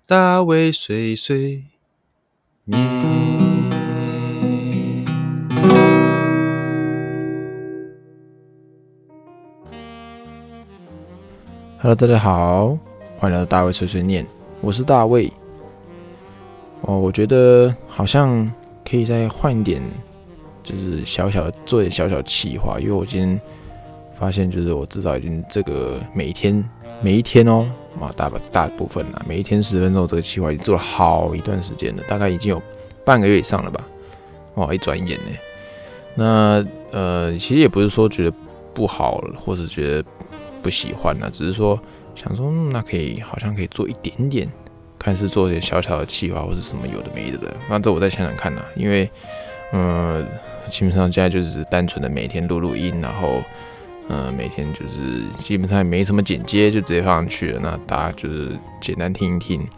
大卫碎碎念。Hello， 大家好，欢迎来到大卫碎碎念，我是大卫。我觉得好像可以再换一点，就是做点小小企划，因为我今天发现，就是我至少已经这个每一天哦，大部分啦，每一天10分钟这个企划已经做了好一段时间了，大概已经有半个月以上了吧。哇，一转眼呢，那其实也不是说觉得不好，或是觉得不喜欢啦，只是说想说，那好像可以做一点点，看是做点小小的企划或是什么有的没的。那这我再想想看啦，因为基本上现在就是单纯的每天录音，然后每天就是基本上也没什么剪接，就直接放上去了。那大家就是简单听一听，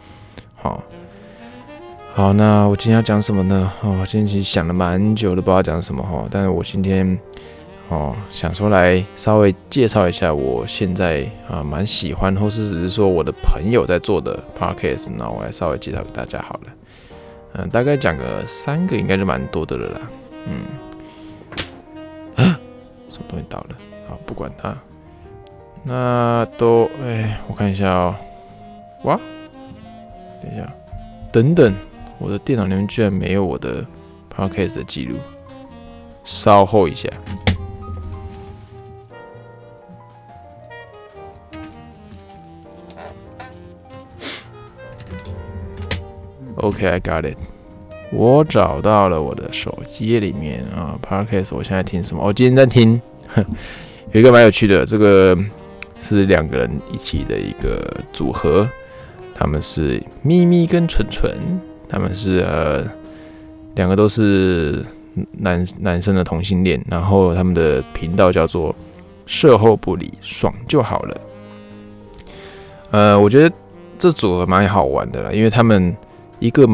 好，那我今天要讲什么呢？今天其实想了蛮久的，不知道讲什么但是我今天想说来稍微介绍一下我现在蛮喜欢，或是只是说我的朋友在做的 podcast， 那我来稍微介绍给大家好了。大概讲个3个应该就蛮多的了啦。什么东西倒了？好，不管它。那都我看一下哦。哇，等一下，等等，我的电脑里面居然没有我的 podcast 的记录，稍后一下。OK，I got it。我找到了我的手机里面Podcast 我现在听什么？我今天在听，有一个蛮有趣的，这个是2个人一起的一个组合，他们是咪咪跟纯纯，他们是2个都是男生的同性恋，然后他们的频道叫做售后不理，爽就好了。我觉得这组合蛮好玩的啦，因为他们一个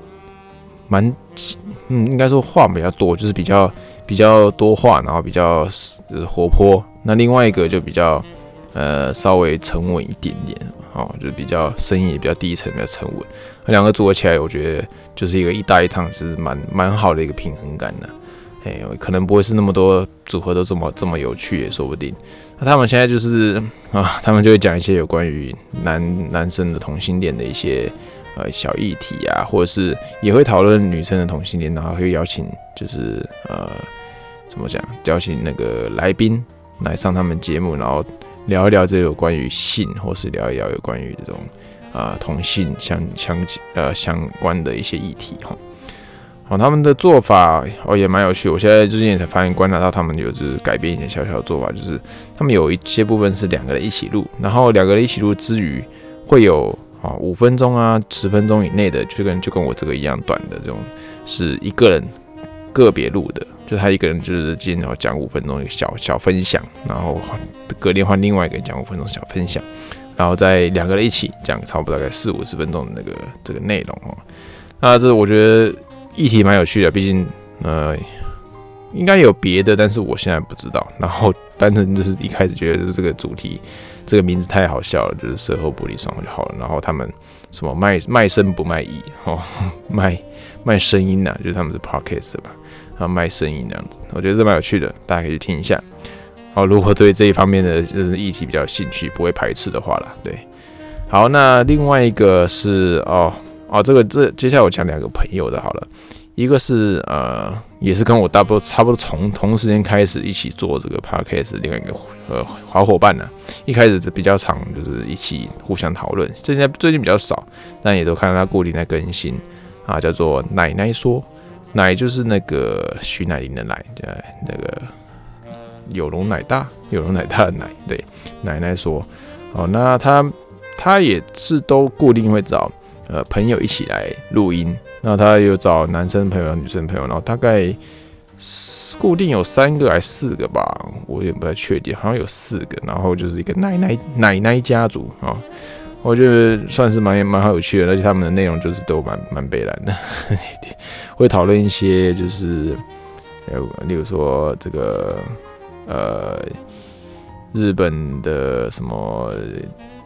应该说话比较多，就是比较多话，然后比较活泼。那另外一个就比较稍微沉稳一点点，就是比较声音也比较低沉，比较沉稳。那2个组合起来，我觉得就是一个一搭一唱，是蛮好的一个平衡感的。可能不会是那么多组合都这么有趣，也说不定。那他们现在就是他们就会讲一些有关于男生的同性恋的一些小议题啊，或者是也会讨论女生的同性恋，然后会邀请就是怎么讲，邀请那个来宾来上他们节目，然后聊一聊这有关于性，或是聊一聊有关于这种同性相关的一些议题他们的做法也蛮有趣。我现在最近也才发现观察到他们有就是改变一点小小的做法，就是他们有一些部分是2个人一起录，然后2个人一起录之余会有5分钟10分钟以内的，就跟我这个一样短的这种，是一个人个别录的，就他一个人就是今天讲5分钟的小分享，然后隔天换另外一个人讲5分钟小分享，然后再2个人一起讲差不多大概40-50分钟的这个内容那这我觉得议题蛮有趣的，毕竟应该有别的，但是我现在不知道。然后单纯就是一开始觉得就是这个主题，这个名字太好笑了，就是售后不理爽就好了。然后他们什么卖声不卖艺卖声音就是他们是 podcast 吧，然后卖声音这样子，我觉得这蛮有趣的，大家可以去听一下。如果对这一方面的议题比较有兴趣，不会排斥的话啦，对。好，那另外一个是接下来我讲2个朋友的好了。一个是也是跟我差不多同时间开始一起做这个 podcast， 另外一个好伙伴一开始比较常就是一起互相讨论，最近比较少，但也都看到他固定在更新叫做奶奶说，奶就是那个徐乃麟的奶，那个有容乃大的奶，对，奶奶说那他也是都固定会找朋友一起来录音。那他有找男生朋友、女生朋友，然后大概固定有3个还是4个吧，我有点不太确定，好像有4个。然后就是一个奶奶家族我觉得算是蛮好有趣的，而且他们的内容就是都蛮北蓝的，会讨论一些就是例如说这个日本的什么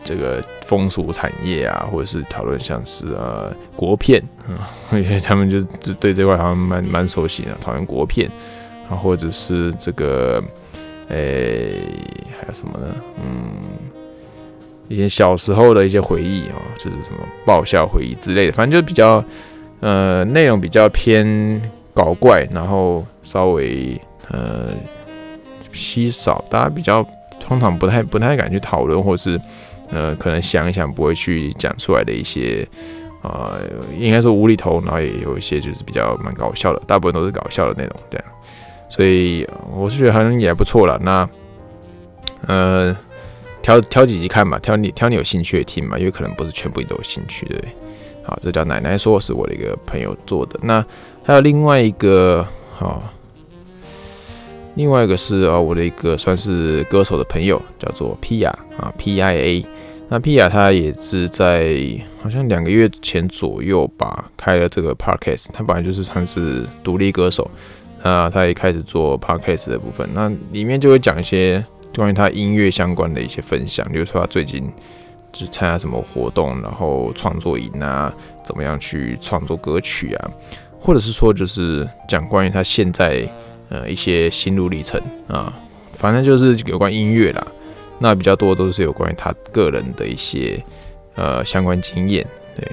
这个风俗产业啊，或者是讨论像是国片，因为他们就对这块好像蛮熟悉的，讨论国片啊，或者是这个还有什么呢？以前小时候的一些回忆就是什么爆笑回忆之类的，反正就比较内容比较偏搞怪，然后稍微稀少，大家比较通常不太敢去讨论，或是可能想一想不会去讲出来的一些应该说无厘头，然后也有一些就是比较蛮搞笑的，大部分都是搞笑的内容，这样，所以我是觉得好像也还不错啦。那挑几集看嘛，挑你有兴趣的听嘛，因为可能不是全部你都有兴趣的。好，这叫奶奶说，是我的一个朋友做的。那还有另外一个是我的一个算是歌手的朋友，叫做 Pia PIA。那 Pia 他也是在好像2个月前左右吧，开了这个 podcast。他本来就是算是独立歌手，他也开始做 podcast 的部分。那里面就会讲一些关于他音乐相关的一些分享，比如说他最近就是参加什么活动，然后创作营啊，怎么样去创作歌曲啊，或者是说就是讲关于他现在一些心路历程啊，反正就是有关音乐啦。那比较多都是有关于他个人的一些相关经验，对，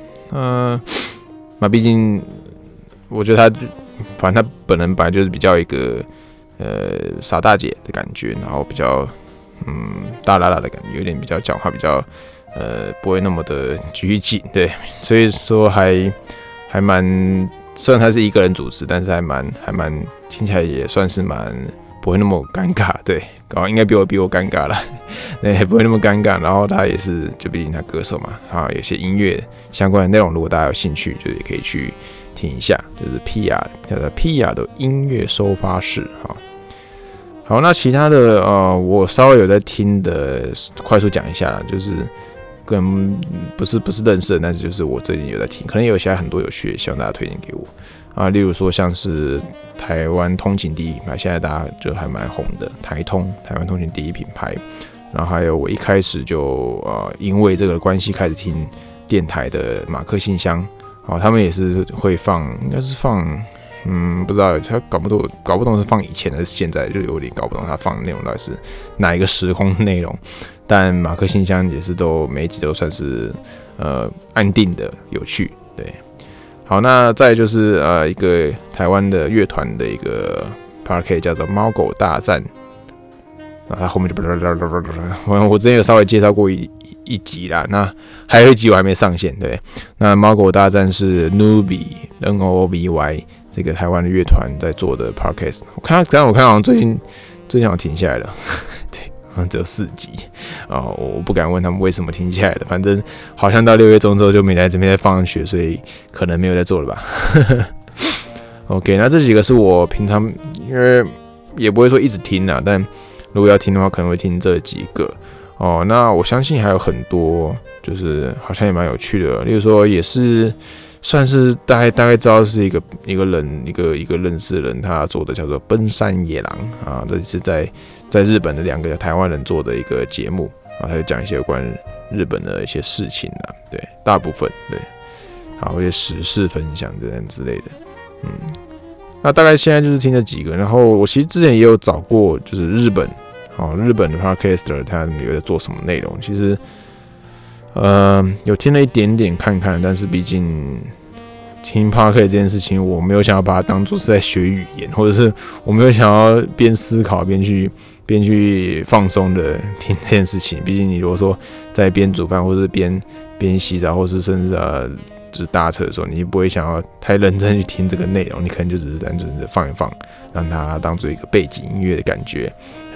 那毕竟我觉得反正他本人本来就是比较一个傻大姐的感觉，然后比较大喇喇的感觉，有点比较讲话比较不会那么的拘谨，对，所以说还蛮，虽然他是一个人主持，但是还蛮听起来也算是蛮不会那么尴尬，对，应该比我尴尬啦，对，不会那么尴尬。然后他也是，就毕竟他歌手嘛，有些音乐相关的内容，如果大家有兴趣，就也可以去听一下，就是 Pia 叫做 Pia 的音乐收发室，好，那其他的我稍微有在听的，快速讲一下啦，就是跟不是认识的，但是就是我最近有在听，可能有些很多有趣的，希望大家推荐给我啊。例如说像是台湾通勤第一品牌，现在大家就还蛮红的台湾通勤第一品牌。然后还有我一开始就因为这个关系开始听电台的马克信箱，他们也是会放，应该是放。不知道他搞不懂是放以前还是现在，就有点搞不懂他放的内容到底是哪一个时空的内容。但马克信箱也是每一集都算是安定的有趣，对。好，那再来就是一个台湾的乐团的一个 podcast 叫做猫狗大战，他后面就我之前有稍微介绍过一集啦，那还有一集我还没上线，对。那猫狗大战是 Noovy N-O-O-V-Y 这个台湾的乐团在做的 podcast， 我看好像最近好像停下来了，对，好像只有4集我不敢问他们为什么停下来了，反正好像到6月中之后就没再放上去，所以可能没有在做了吧。OK， 那这几个是我平常因为也不会说一直听啦，但如果要听的话，可能会听这几个那我相信还有很多，就是好像也蛮有趣的，例如说也是。算是大概知道是一个人一个认识的人，他做的叫做奔山野狼这是在日本的2个台湾人做的一个节目他就讲一些有关日本的一些事情对，大部分对，一些时事分享这样之类的，那大概现在就是听这几个，然后我其实之前也有找过，就是日本的 podcaster 他们有在做什么内容，其实。有听了一点点看看，但是毕竟听 podcast 这件事情，我没有想要把它当作是在学语言，或者是我没有想要边思考边去放松的听这件事情。毕竟你如果说在边煮饭，或者是边洗澡，或是甚至就是搭车的时候，你不会想要太认真去听这个内容，你可能就只是单纯的放一放，让它当做一个背景音乐的感觉，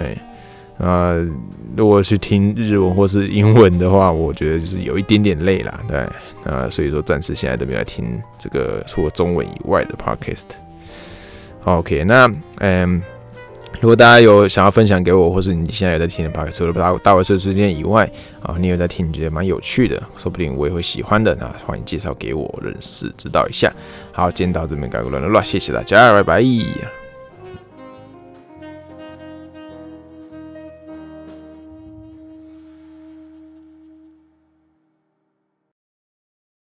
如果去听日文或是英文的话，我觉得就是有一点点累啦，对，所以说暂时现在都没有来听这个除了中文以外的 podcast。OK， 那如果大家有想要分享给我，或是你现在有在听的 podcast， 除了大卫碎碎念以外你有在听，你觉得蛮有趣的，说不定我也会喜欢的，那欢迎介绍给我认识知道一下。好，今天到这边告一个段落了，谢谢大家，拜拜。